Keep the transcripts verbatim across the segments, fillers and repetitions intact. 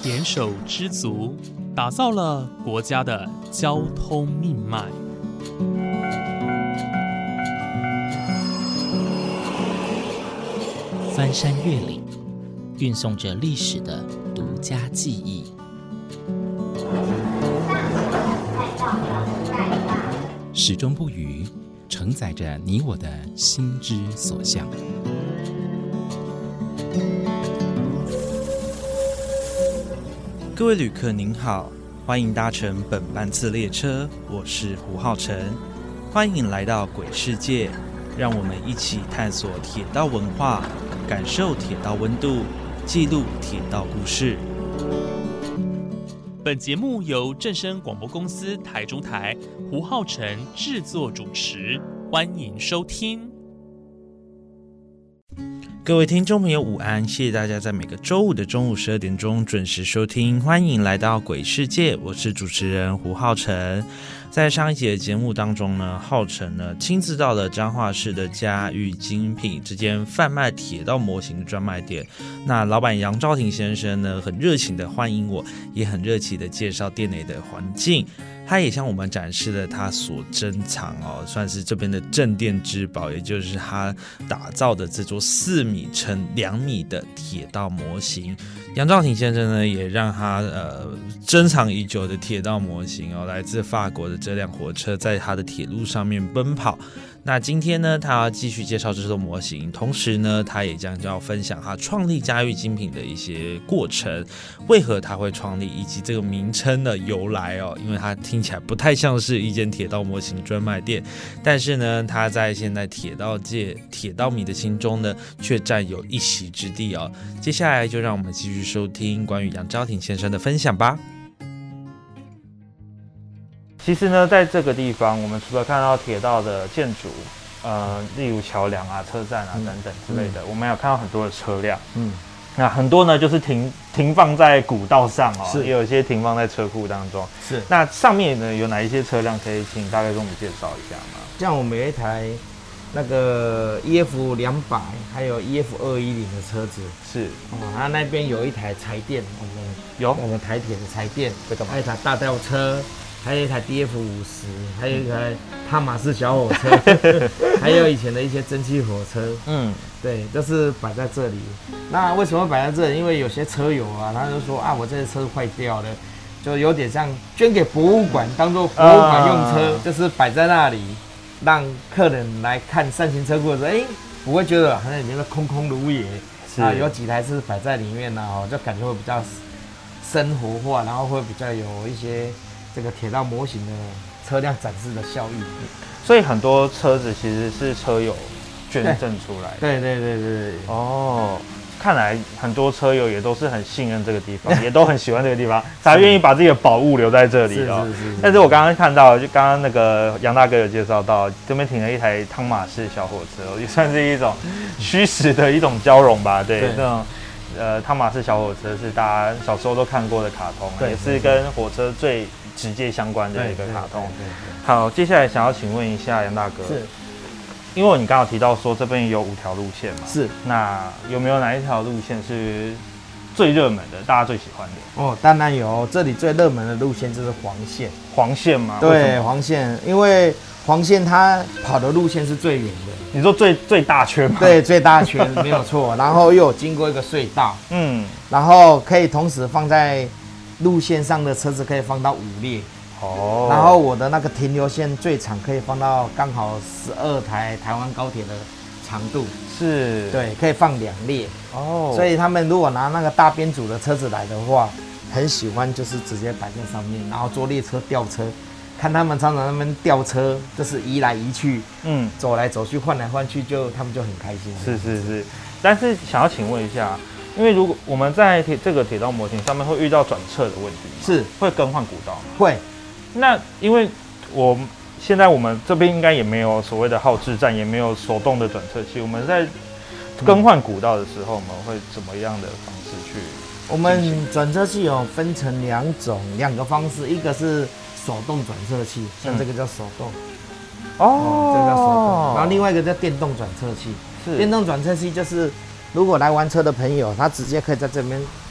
联手知足，打造了国家的交通命脉。 翻山越岭，运送着历史的独家记忆。始终不渝，承载着你我的心之所向。 各位旅客您好，欢迎搭乘本班次列车，我是胡浩辰，欢迎来到鬼世界，让我们一起探索铁道文化，感受铁道温度，记录铁道故事。 本节目由正声广播公司台中台胡浩辰制作主持，欢迎收听。 各位听众朋友午安，谢谢大家在每个周五的中午十二点钟准时收听，欢迎来到鬼世界，我是主持人胡浩辰。在上一集的节目当中呢，浩辰呢亲自到了彰化市的嘉裕精品这间贩卖铁道模型的专卖店，那老板杨兆廷先生呢很热情的欢迎我，也很热情的介绍店内的环境，他也向我们展示了他所珍藏哦，算是这边的镇店之宝，也就是他打造的这座四米乘两米的铁道模型。杨兆廷先生呢，也让他呃珍藏已久的铁道模型哦，来自法国的这辆火车在他的铁路上面奔跑。那今天呢，他要继续介绍这座模型，同时呢，他也将要分享他创立嘉裕精品的一些过程，为何他会创立，以及这个名称的由来哦。因为它听起来不太像是一间铁道模型专卖店，但是呢，它在现在铁道界、铁道迷的心中呢，却占有一席之地哦。接下来就让我们继续收听关于杨兆廷先生的分享吧。 其实呢，在这个地方，我们除了看到铁道的建筑，呃，例如桥梁啊、车站啊等等之类的，嗯、我们还有看到很多的车辆。嗯，那很多呢就是停停放在古道上哦，是也有一些停放在车库当中。是，那上面呢有哪一些车辆可以请大概跟我们介绍一下吗？ 像我们有一台那个 E F 两百，还有 E F 二一零的车子。是，哦，它那边有一台柴电，我们有我们台铁的柴电，这个还有一台大吊车。还有一台 D F 五十，还有一台汤马士小火车，还有以前的一些蒸汽火车，嗯，对，都是摆在这里。那为什么摆在这里？因为有些车友啊，他就说啊，我这些车坏掉了，就有点像捐给博物馆，当做博物馆用车，啊、就是摆在那里，让客人来看扇形车库的时候，哎、欸，不会觉得好像里面的空空如也啊，有几台是摆在里面呢、啊，就感觉会比较生活化，然后会比较有一些。这个铁道模型的车辆展示的效益， 所以很多车子其实是车友捐赠出来的。对对对对对。 哦，看来很多车友也都是很信任这个地方，也都很喜欢这个地方，才愿意把自己的宝物留在这里哦。是是是是。但是我刚刚看到，就刚刚那个杨大哥有介绍到，这边停了一台汤马士小火车，也算是一种虚实的一种交融吧。对，那种。呃，汤马士小火车是大家小时候都看过的卡通，也是跟火车最直接相关的一个卡通。好，接下来想要请问一下杨大哥，是，因为你刚刚提到说这边有五条路线嘛，是，那有没有哪一条路线是最热门的，大家最喜欢的？ 哦，当然有，这里最热门的路线就是黄线。 黄线吗？ 对，黄线，因为黄线它跑的路线是最远的。 你说最最大圈吗？ 对，最大圈没有错。然后又有经过一个隧道，嗯，然后可以同时放在路线上的车子可以放到五列，哦，然后我的那个停留线最长可以放到刚好十二台台湾高铁的长度，是，对，可以放两列，哦，所以他们如果拿那个大编组的车子来的话，很喜欢就是直接摆在上面，然后坐列车吊车。看他们常常他们吊车，就是移来移去，嗯，走来走去，换来换去就，就他们就很开心。 是是是，但是想要请问一下，因为如果我们在铁这个铁道模型上面会遇到转侧的问题，是会更换古道吗？ 会。 那因为我现在我们这边应该也没有所谓的号志站，也没有手动的转侧器，我们在更换古道的时候，我们会怎么样的方式去？ 我们转侧器有分成两种，两个方式，一个是手动转侧器，像这个叫手动，哦，哦这个叫手动，然后另外一个叫电动转侧器。电动转侧器就是，如果来玩车的朋友，他直接可以在这边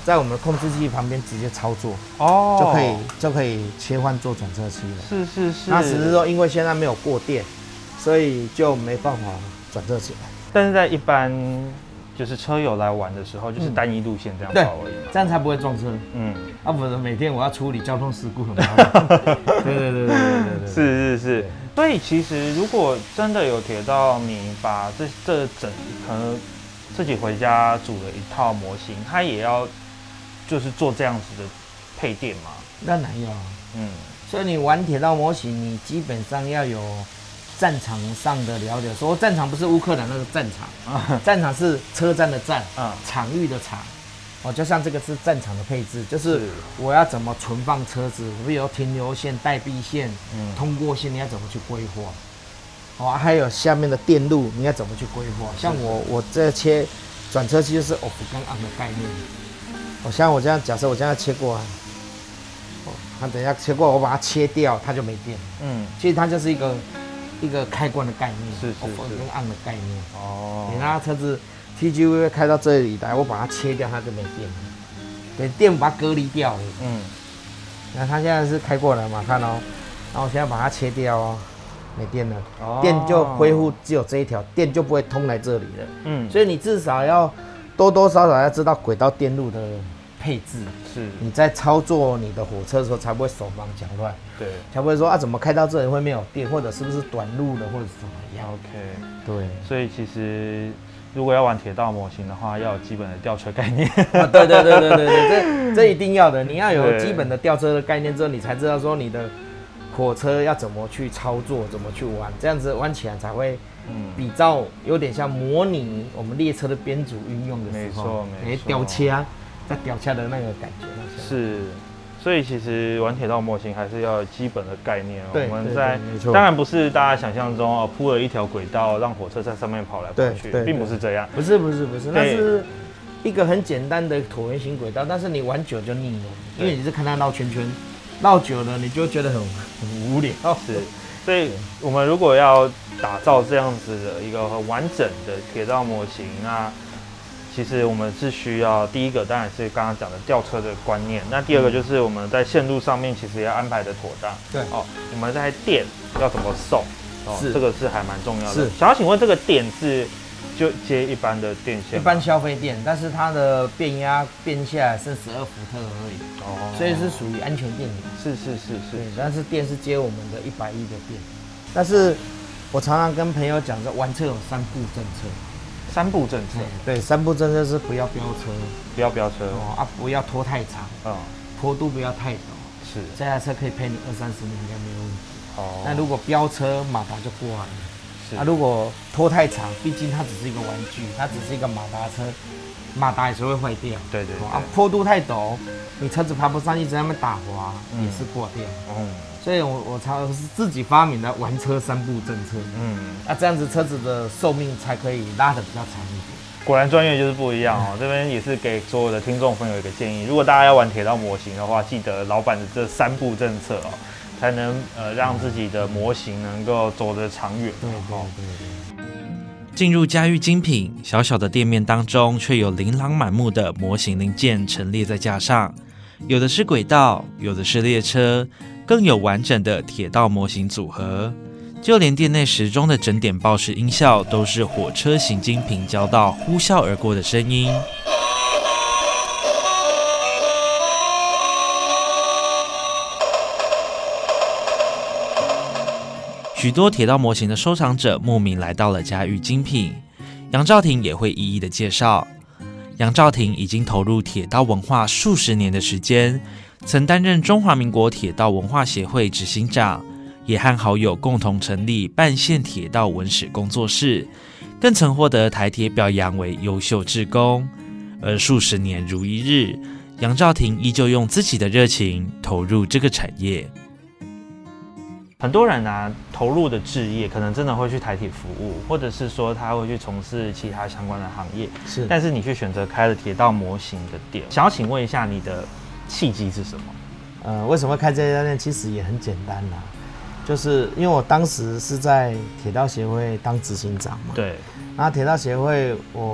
在我们的控制器旁边直接操作， 哦， 就可以就可以切换做转车器了。 是是是。 那只是说，因为现在没有过电，所以就没办法转车起来。 但是在一般就是车友来玩的时候，就是单一路线这样跑而已嘛， 这样才不会撞车。嗯，啊，不然每天我要处理交通事故很麻烦。对对对对对对， 是是是。所以其实如果真的有铁道迷把这这整可能自己回家组了一套模型，他也要就是做这样子的配电嘛？ 当然要。嗯，所以你玩铁道模型，你基本上要有战场上的了解。说战场不是乌克兰那个战场，啊、战场是车站的站，啊、场域的场。哦，就像这个是战场的配置，就是我要怎么存放车子，比如停留线、待避线、嗯、通过线，你要怎么去规划？哦，还有下面的电路，你要怎么去规划？像我我这切转车器就是 off 跟 on 的概念。我、哦、像我这样，假设我这样切过来，哦，它等一下切过来，我把它切掉，它就没电。嗯，其实它就是一个一个开关的概念， 是是是 off 跟 on 的概念。哦，你让它车子 T G V 开到这里来，我把它切掉，它就没电了。对，电把它隔离掉了。嗯，那它现在是开过来嘛？看哦，然后我现在把它切掉哦。没电了，哦、电就恢复只有这一条，电就不会通来这里了。嗯，所以你至少要多多少少要知道轨道电路的配置，是你在操作你的火车的时候才不会手忙脚乱， 对， 才不会说啊怎么开到这里会没有电，或者是不是短路了，或者是怎么样。 OK， 对， 所以其实如果要玩铁道模型的话，要有基本的吊车概念。 啊、对对对对对对，这这一定要的，你要有基本的吊车的概念之后，你才知道说你的火车要怎么去操作，怎么去玩，这样子玩起来才会比较有点像模拟我们列车的编组运用的时候， 没错没错， 吊掐在吊掐的那个感觉。 是，所以其实玩铁道模型还是要有基本的概念。 对， 我们在当然不是大家想象中哦，铺了一条轨道让火车在上面跑来跑去，并不是这样。 不是不是不是，那是一个很简单的椭圆形轨道，但是你玩久就腻了，因为你是看它绕圈圈。绕久了，你就觉得很很无聊。 是，所以我们如果要打造这样子的一个很完整的铁道模型，那其实我们是需要第一个当然是刚刚讲的吊车的观念，那第二个就是我们在线路上面其实也要安排的妥当。 对哦，我们在电要怎么送？哦，这个是还蛮重要的。 是， 想要请问这个电是就接一般的电线， 一般消费电，但是它的变压变下来剩十二伏特而已，哦，所以是属于安全电源。 是是是是， 对，但是电是接我们的一百一的电。但是我常常跟朋友讲说，玩车有三步政策。 三步政策， 对，三步政策是不要飙车， 不要飙车哦啊，不要拖太长，啊、嗯，坡度不要太陡， 是， 这台车可以陪你二三十年应该没有问题。哦，那如果飙车，马达就挂了。啊，如果拖太长，毕竟它只是一个玩具，它只是一个马达车，马达也是会坏掉。 对 对, 对啊，坡度太陡，你车子爬不上去，在那边打滑，嗯、也是挂掉。嗯，所以我我常是自己发明的玩车三步政策。嗯，啊，这样子车子的寿命才可以拉得比较长一点。 果然专业就是不一样哦。嗯、这边也是给所有的听众朋友一个建议，如果大家要玩铁道模型的话，记得老板的这三步政策哦。才能呃让自己的模型能够走得长远。 对对对对。 进入嘉裕精品，小小的店面当中，却有琳琅满目的模型零件陈列在架上，有的是轨道，有的是列车，更有完整的铁道模型组合。就连店内时钟的整点报时音效，都是火车行经平交道呼啸而过的声音。许多铁道模型的收藏者慕名来到了嘉裕精品，杨兆廷也会一一的介绍。杨兆廷已经投入铁道文化数十年的时间，曾担任中华民国铁道文化协会执行长，也和好友共同成立半线铁道文史工作室，更曾获得台铁表扬为优秀志工。而数十年如一日，杨兆廷依旧用自己的热情投入这个产业。 很多人啊，投入的志业可能真的会去台铁服务，或者是说他会去从事其他相关的行业。 是， 但是你却选择开了铁道模型的店，想要请问一下你的契机是什么？ 呃，为什么开这家店？其实也很简单啦，就是因为我当时是在铁道协会当执行长嘛。 对。 然后铁道协会，我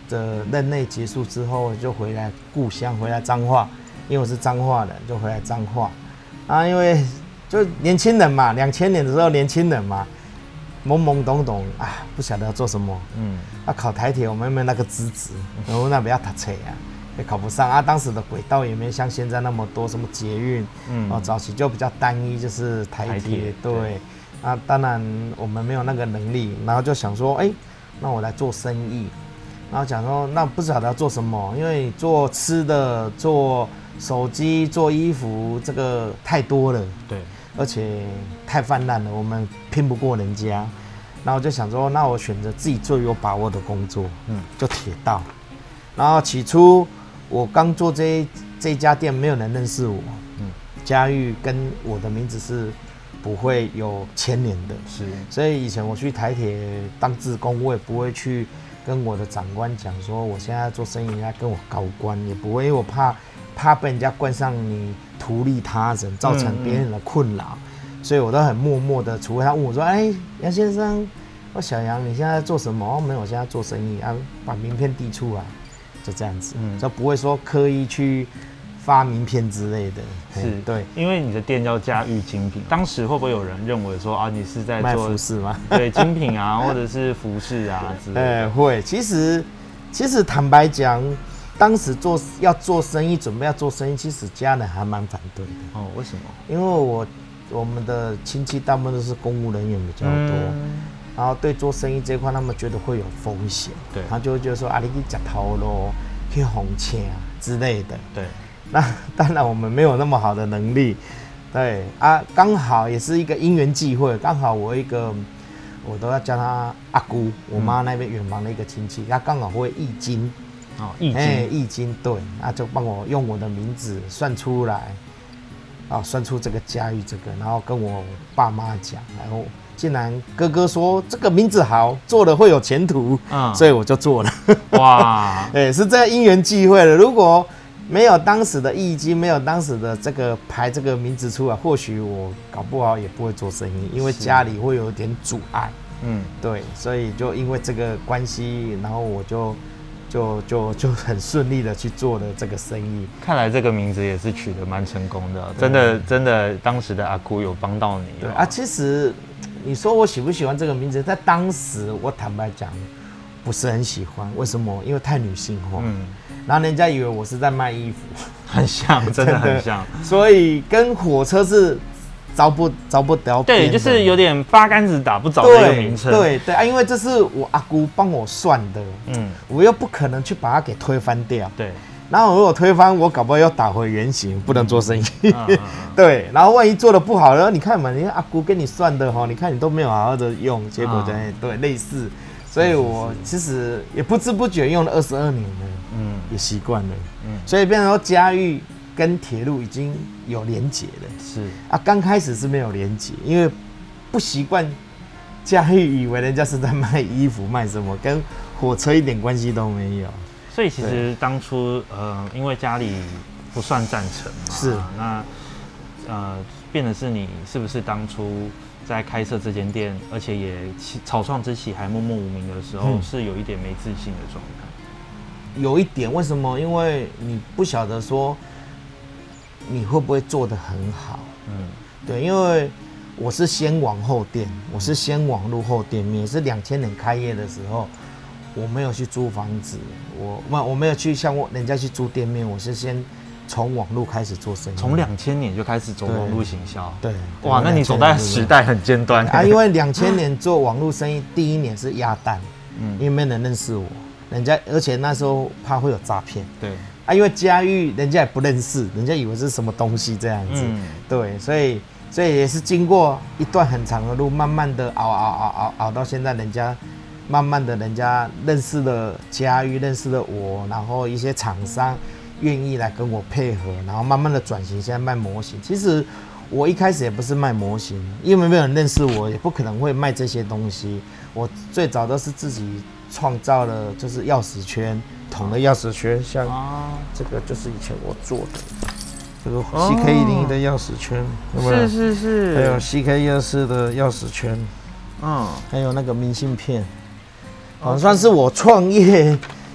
的任内结束之后，就回来故乡，回来彰化，因为我是彰化人，就回来彰化。啊，因为就年轻人嘛，两千年的时候年轻人嘛，懵懵懂懂啊，不晓得要做什么。嗯，要、啊、考台铁，我们没有那个资质，然后那边要读册啊，也考不上啊。当时的轨道也没像现在那么多，什么捷运，嗯，哦，早期就比较单一，就是台铁。台铁对，对啊，当然我们没有那个能力，然后就想说，哎、欸，那我来做生意。然后讲说，那不晓得要做什么，因为做吃的、做手机、做衣服，这个太多了，对，而且太泛滥了，我们拼不过人家。然后就想说，那我选择自己最有把握的工作，嗯，就铁道。然后起初我刚做这一这一家店，没有人认识我，嗯，嘉裕跟我的名字是不会有牵连的，是，所以以前我去台铁当志工，我也不会去跟我的长官讲说我现在做生意，人家跟我高官也不会，因为我怕怕被人家冠上你图利他人，造成别人的困扰，嗯、所以我都很默默的，除非他问我说：“哎，杨先生，我小杨，你现在做什么？”哦，没有，我现在做生意啊，把名片递出来，就这样子，嗯、就不会说刻意去发名片之类的。 是，对，因为你的店叫嘉裕精品，当时会不会有人认为说啊，你是在做卖服饰吗？ 对，精品啊，或者是服饰啊之类的。 呃，会，其实其实坦白讲，当时做要做生意，准备要做生意，其实家人还蛮反对的。 哦，为什么？ 因为我我们的亲戚大部分都是公务人员比较多，嗯、然后对做生意这一块，他们觉得会有风险，对，他就会觉得说啊，你去吃头路，去红钱啊之类的，对。那当然我们没有那么好的能力，对啊，刚好也是一个因缘际会，刚好我一个我都要叫他阿姑，我妈那边远房的一个亲戚，他刚好会易经， 哦，易经， 哎，易经，对，那就帮我用我的名字算出来，啊，算出这个嘉裕这个，然后跟我爸妈讲，然后竟然哥哥说这个名字好，做了会有前途，嗯，所以我就做了，哇，哎，是这样因缘际会的，如果没有当时的易经，没有当时的这个排这个名字出来，或许我搞不好也不会做生意，因为家里会有点阻碍。嗯，对，所以就因为这个关系，然后我就就就就很顺利的去做了这个生意。 看来这个名字也是取得蛮成功的，真的真的，当时的阿姑有帮到你。 对啊，其实你说我喜不喜欢这个名字，在当时我坦白讲不是很喜欢，为什么？因为太女性化。嗯。然后人家以为我是在卖衣服， 很像，真的很像， 所以跟火车是着不着不得边的。 对，就是有点八竿子打不着的一个名称。 对对啊，因为这是我阿姑帮我算的，嗯，我又不可能去把它给推翻掉。对，然后如果推翻，我搞不好又打回原形，不能做生意。嗯、对，然后万一做的不好，然后你看嘛，你看阿姑跟你算的哈，你看你都没有好好的用，结果在、嗯、对类似。所以我其实也不知不觉用了二十二年了，嗯，也习惯了，嗯，所以变成说嘉裕跟铁路已经有连结了，是啊，刚开始是没有连结，因为不习惯，嘉裕以为人家是在卖衣服卖什么，跟火车一点关系都没有。 所以其实当初呃，因为家里不算赞成嘛，是那呃，变得是你是不是当初在开设这间店，而且也草创之起还默默无名的时候，嗯、是有一点没自信的状态。 有一点，为什么？因为你不晓得说你会不会做得很好。嗯，对，因为我是先网后店，我是先网路后店面，是两千年开业的时候，我没有去租房子，我我没有去像人家去租店面，我是先从网络开始做生意， 从两千年就开始走网络行销。对，对哇，那你走在时代很尖端啊！因为两千年做网络生意，第一年是鸭蛋，嗯，因为没人认识我，人家而且那时候怕会有诈骗，对啊，因为嘉裕人家也不认识，人家以为是什么东西这样子，嗯、对，所以所以也是经过一段很长的路，慢慢的熬熬熬熬熬到现在，人家慢慢的人家认识了嘉裕，认识了我，然后一些厂商愿意来跟我配合，然后慢慢的转型，现在卖模型。其实我一开始也不是卖模型，因为没有人认识我，也不可能会卖这些东西。我最早都是自己创造了，就是钥匙圈，铜的钥匙圈，像这个就是以前我做的，这个 C K 一零一的钥匙圈，有没有？ 是是是， 还有 C K 一二四的钥匙圈，嗯，还有那个明信片，好、哦、算是我创业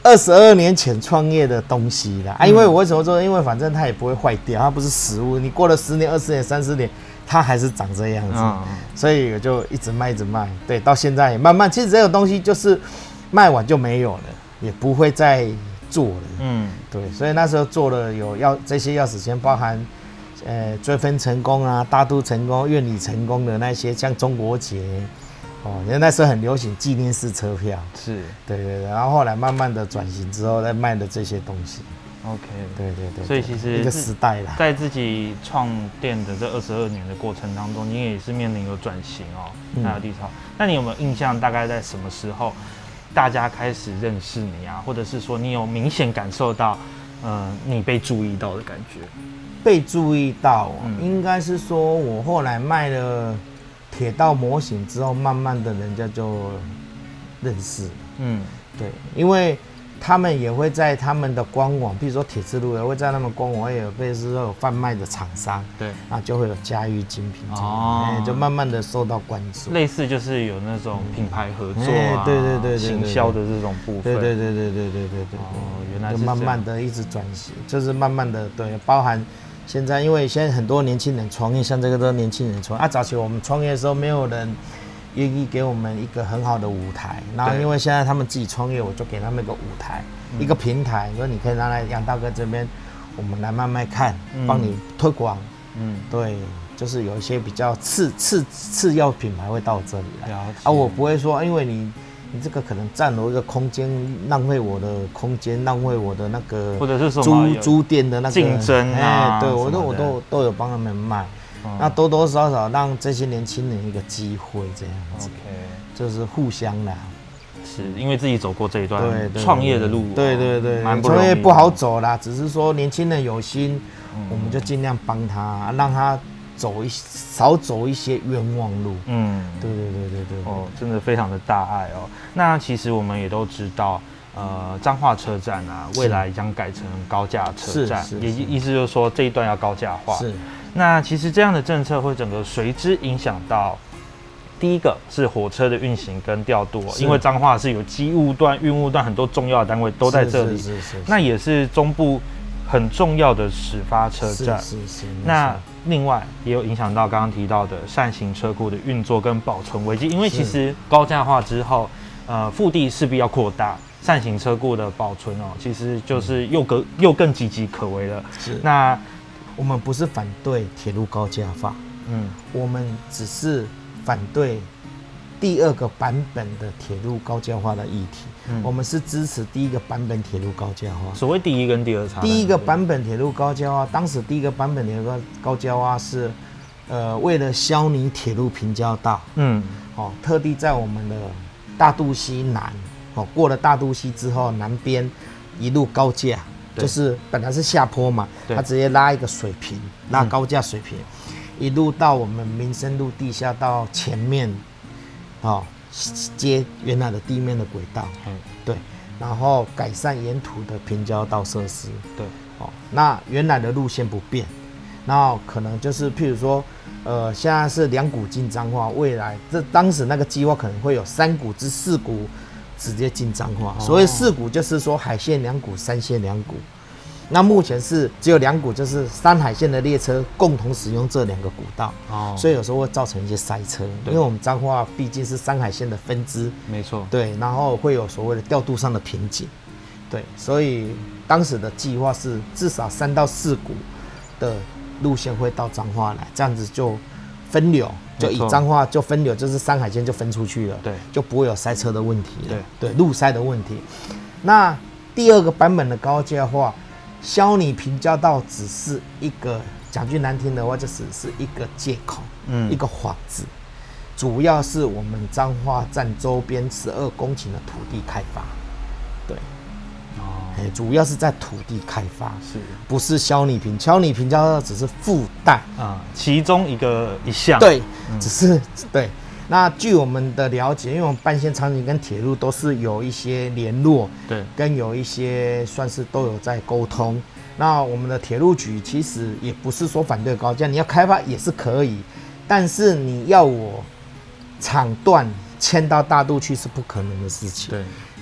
二十二年前创业的东西啦。啊，因为我为什么做？因为反正它也不会坏掉，它不是食物，你过了十年、二十年、三十年，它还是长这样子，嗯、所以我就一直卖，一直卖。对，到现在也慢慢，其实这个东西就是卖完就没有了，也不会再做了。嗯，对，所以那时候做了有药这些钥匙圈，包含呃追分成功啊、大肚成功、愿你成功的那些，像中国结。哦，因为那时候很流行纪念式车票， 是， 对对对，然后后来慢慢的转型之后，再卖的这些东西 ，OK， 对对 对, 对， 所以其实一个时代啦， 在自己创店的这二十二年的过程当中，你也是面临有转型哦，还有地超。那你有没有印象，大概在什么时候大家开始认识你啊，或者是说你有明显感受到，呃，你被注意到的感觉？ 被注意到，嗯、应该是说我后来卖了。铁道模型之后，慢慢的人家就认识，嗯，对，因为他们也会在他们的官网，比如说铁之路也会在他们官网也有类似说有贩卖的厂商，对，然后就会有嘉裕精品这样，哦、就慢慢的受到关注。 类似就是有那种品牌合作啊， 对对对对， 行销的这种部分， 对对对对对对对对，哦，原来是就慢慢的一直转型，就是慢慢的对，包含。现在因为现在很多年轻人创业，像这个都是年轻人创业啊。早期我们创业的时候，没有人愿意给我们一个很好的舞台。然后因为现在他们自己创业，我就给他们一个舞台，嗯、一个平台，说你可以拿来杨大哥这边，我们来慢慢看，帮、嗯、你推广。嗯，对，就是有一些比较次次次要品牌会到这里来。啊，我不会说，因为你。你这个可能占了一个空间，浪费我的空间，浪费我的那个或者是什么租租店的那个竞争啊， 欸、对我都我都都有帮他们卖，嗯、那多多少少让这些年轻人一个机会，这样子， okay. 就是互相啦。 是因为自己走过这一段创业的路， 对对对，创业不好走啦，只是说年轻人有心，嗯、我们就尽量帮他，让他。走一少走一些冤枉路，嗯，对对对对对， 哦，真的非常的大爱哦。那其实我们也都知道，呃，彰化车站啊，未来将改成高架车站，也意思就是说这一段要高架化。是，那其实这样的政策会整个随之影响到，第一个是火车的运行跟调度、哦，因为彰化是有机务段、运务段很多重要的单位都在这里，是是是是是那也是中部很重要的始发车站。是是是。那另外也有影响到刚刚提到的扇形车库的运作跟保存危机，因为其实高架化之后，呃，腹地势必要扩大，扇形车库的保存哦，其实就是又更又更岌岌可危了。是，那我们不是反对铁路高架化，嗯，我们只是反对第二个版本的铁路高架化的议题。嗯、我们是支持第一个版本铁路高架化。 所谓第一跟第二差， 第一个版本铁路高架化，当时第一个版本铁路高架化是，呃，为了消弭铁路平交道，嗯，哦，特地在我们的大肚溪南，哦，过了大肚溪之后，南边一路高架，就是本来是下坡嘛，它直接拉一个水平，拉高架水平，嗯、一路到我们民生路地下道前面，哦。接原来的地面的轨道，嗯，对，然后改善沿途的平交道设施，对，哦，那原来的路线不变，然后可能就是譬如说，呃，现在是两股进彰化，未来这当时那个计划可能会有三股至四股直接进彰化，哦、所谓四股就是说海线两股、山线两股。那目前是只有两股，就是山海线的列车共同使用这两个古道，哦，所以有时候会造成一些塞车，因为我们彰化毕竟是山海线的分支， 没错， 对，然后会有所谓的调度上的瓶颈，对，所以当时的计划是至少三到四股的路线会到彰化来，这样子就分流，就以彰化就分流，就是山海线就分出去了，对，就不会有塞车的问题了，对，对，路塞的问题。那第二个版本的高架化。消弭平交道只是一个讲句难听的话，就只是一个借口，嗯，一个幌子。主要是我们彰化站周边十二公顷的土地开发，对，哦，欸、主要是在土地开发，是不是消弭平？消弭平交道只是附带啊、嗯，其中一个一项， 对，嗯、只是对。那据我们的了解，因为我们半线长景跟铁路都是有一些联络，对，跟有一些算是都有在沟通。那我们的铁路局其实也不是说反对高架，你要开发也是可以，但是你要我场段迁到大肚去是不可能的事情。对，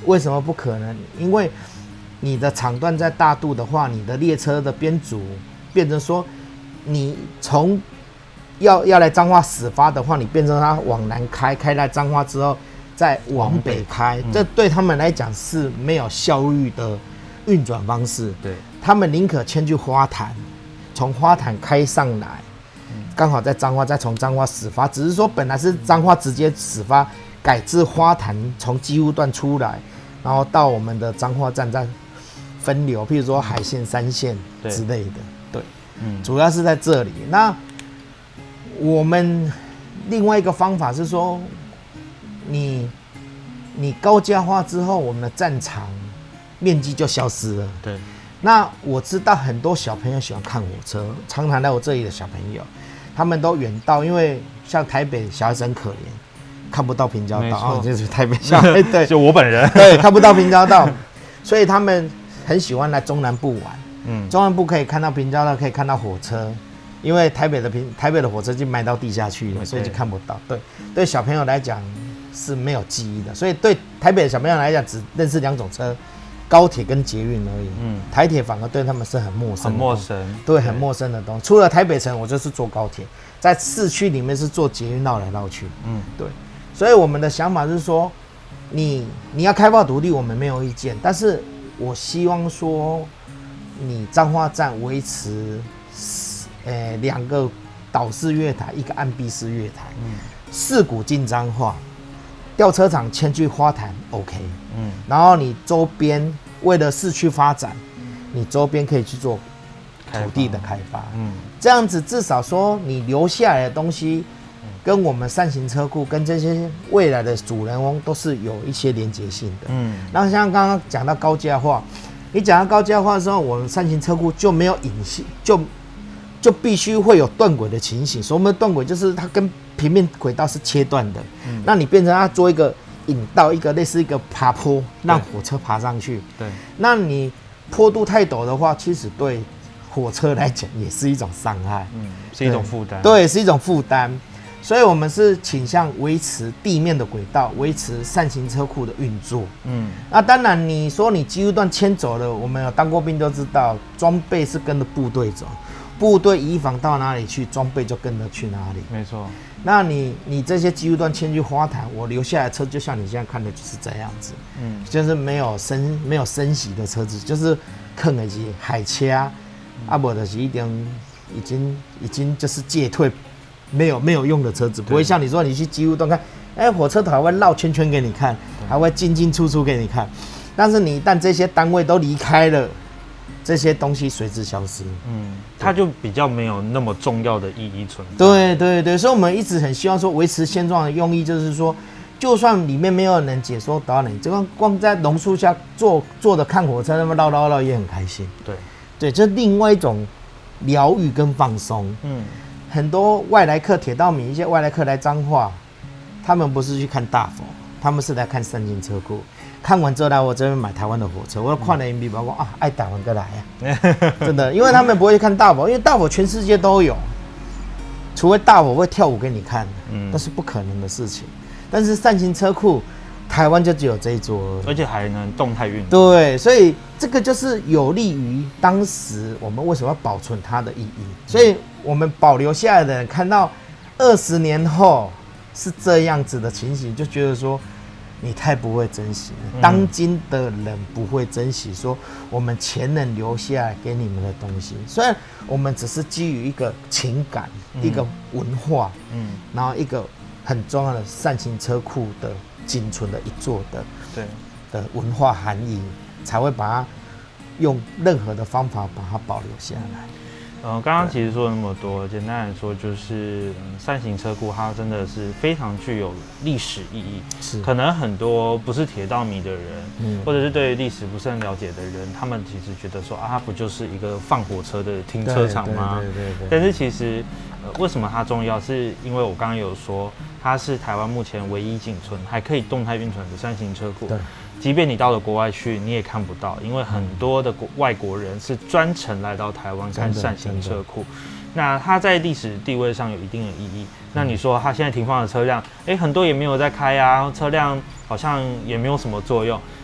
为什么不可能？因为你的场段在大肚的话，你的列车的编组变成说，你从要要来彰化始发的话，你变成它往南开，开来彰化之后再往北开，嗯、这对他们来讲是没有效率的运转方式。对，他们宁可迁去花坛，从花坛开上来，刚、嗯、好在彰化，再从彰化始发。只是说本来是彰化直接始发，改至花坛从基务段出来，然后到我们的彰化站再分流，譬如说海线、山线之类的。对，嗯，主要是在这里。那我们另外一个方法是说，你你高架化之后，我们的战场面积就消失了。对。那我知道很多小朋友喜欢看火车，常常来我这里的小朋友，他们都远道，因为像台北小孩子很可怜，看不到平交道，哦，就是台北小孩，对， 就我本人， 对，看不到平交道，所以他们很喜欢来中南部玩。嗯，中南部可以看到平交道，可以看到火车。因为台北的平台北的火车就埋到地下去了，所以就看不到。对，对小朋友来讲是没有记忆的，所以对台北的小朋友来讲只认识两种车，高铁跟捷运而已。嗯，台铁反而对他们是很陌生， 很陌生， 对，很陌生的东西。除了台北城，我就是坐高铁，在市区里面是坐捷运绕来绕去。嗯，对。所以我们的想法是说，你你要开放独立，我们没有意见，但是我希望说，你彰化站维持。诶，两、欸、个岛式月台，一个岸壁式月台，嗯，四股进彰化，吊车厂迁去花坛 ，OK， 嗯，然后你周边为了市区发展，你周边可以去做土地的开发，嗯，这样子至少说你留下来的东西，跟我们扇形车库跟这些未来的主人翁都是有一些连结性的，嗯，那像刚刚讲到高架化，你讲到高架化的时候，我们扇形车库就没有隐性就。就必须会有断轨的情形，所以我们的断轨就是它跟平面轨道是切断的，嗯，那你变成它做一个引道，一个类似一个爬坡，让火车爬上去。对，那你坡度太陡的话，其实对火车来讲也是一种伤害， 嗯，是一种负担。 对，是一种负担。所以我们是倾向维持地面的轨道，维持扇形车库的运作。嗯，那当然你说你基路段迁走了，我们有当过兵都知道，装备是跟着部队走。部队移防到哪里去，装备就跟着去哪里。没错。那你你这些基路段迁去花坛，我留下来的车就像你现在看的就是这样子，嗯，就是没有升没有升级的车子，就是坑的是海车，嗯、啊，不就是一点已经已经就是借退，没有没有用的车子，不会像你说你去基路段看，哎、欸，火车头还会绕圈圈给你看，还会进进出出给你看，但是你一旦这些单位都离开了。这些东西随之消失， 嗯，它就比较没有那么重要的意义存在。 对对对，所以我们一直很希望说维持现状的用意，就是说，就算里面没有人解说导览，这光光在榕树下坐坐着看火车，那么绕绕绕也很开心。对对，这是另外一种疗愈跟放松。嗯，很多外来客、铁道迷一些外来客来彰化，他们不是去看大佛，他们是来看扇形车库。看完之后来我这边买台湾的火车，我看了 M V 包括啊，爱台湾哥来啊，真的，因为他们不会去看大佛，因为大佛全世界都有，除非大佛会跳舞给你看，嗯，那是不可能的事情。但是扇形车库，台湾就只有这一座而已， 而且还能动态运动。 对，所以这个就是有利于当时我们为什么要保存它的意义。所以我们保留下来的人看到二十年后是这样子的情形，就觉得说。你太不会珍惜了，嗯、当今的人不会珍惜说我们前人留下来给你们的东西。虽然我们只是基于一个情感、嗯、一个文化，嗯，然后一个很重要的扇形车库的仅存的一座的对的文化含义，才会把它用任何的方法把它保留下来。 嗯，刚刚其实说了那么多，简单来说就是，嗯，扇形车库它真的是非常具有历史意义。是，可能很多不是铁道迷的人，嗯，或者是对历史不是很了解的人，他们其实觉得说啊，它不就是一个放火车的停车场吗？对对 对, 对, 对。但是其实，呃，为什么它重要？是因为我刚刚有说，它是台湾目前唯一仅存还可以动态运转的扇形车库。对。即便你到了国外去，你也看不到，因为很多的国外国人是专程来到台湾看扇形车库。那它在历史地位上有一定的意义。那你说它现在停放的车辆，哎，很多也没有在开啊，车辆好像也没有什么作用。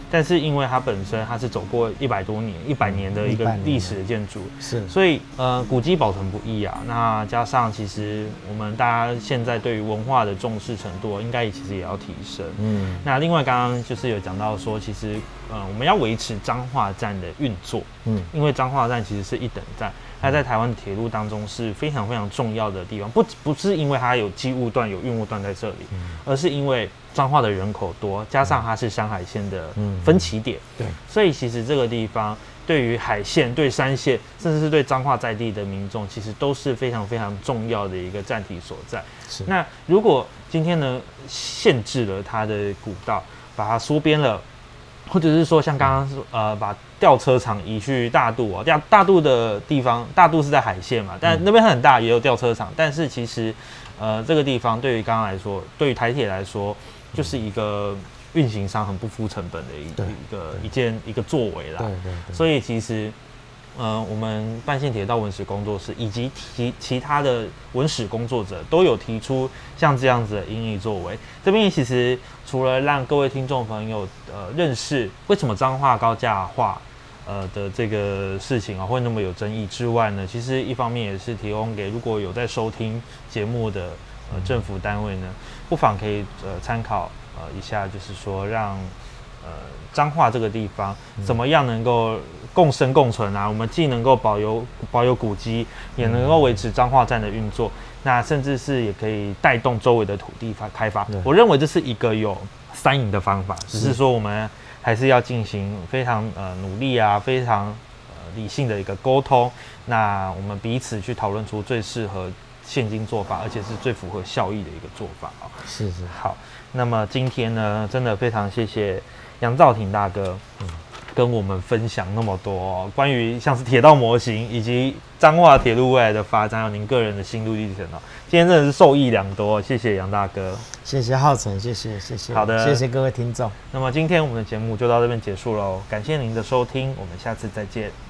但是因为它本身它是走过一百多年、一百年的一个历史的建筑， 是， 所以呃古迹保存不易啊。那加上其实我们大家现在对于文化的重视程度，应该其实也要提升。嗯，那另外刚刚就是有讲到说，其实呃我们要维持彰化站的运作，嗯，因为彰化站其实是一等站。它在台湾的铁路当中是非常非常重要的地方，不不是因为它有机务段、有运务段在这里，嗯、而是因为彰化的人口多，加上它是山海线的分歧点，嗯、对，所以其实这个地方对于海线、对山线，甚至是对彰化在地的民众，其实都是非常非常重要的一个站体所在。是，那如果今天呢限制了它的古道，把它缩编了，或者是说像刚刚说呃把吊车场移去大肚哦，大大肚的地方，大肚是在海线嘛，但那边很大，也有吊车场。但是其实，呃，这个地方对于刚刚来说，对于台铁来说，就是一个运行上很不敷成本的一一个一件一个作为啦。对对对。所以其实，呃，我们半线铁道文史工作室以及其其他的文史工作者都有提出像这样子的因应作为。这边其实除了让各位听众朋友呃认识为什么彰化高架化。呃的这个事情啊，会那么有争议之外呢，其实一方面也是提供给如果有在收听节目的呃政府单位呢，不妨可以呃参考呃一下，就是说让呃彰化这个地方怎么样能够共生共存啊？我们既能够保有保有古迹，也能够维持彰化站的运作，那甚至是也可以带动周围的土地发开发。我认为这是一个有三赢的方法，只是说我们。还是要进行非常呃努力啊，非常呃理性的一个沟通。那我们彼此去讨论出最适合现今做法，而且是最符合效益的一个做法啊。 是是好，那么今天呢，真的非常谢谢杨兆廷大哥，嗯，跟我们分享那么多、哦、关于像是铁道模型以及彰化铁路未来的发展，还有您个人的心路历程哦。今天真的是受益良多，谢谢杨大哥， 谢谢浩成，谢谢谢谢， 好的， 谢谢各位听众。 那么今天我们的节目就到这边结束喽，感谢您的收听，我们下次再见。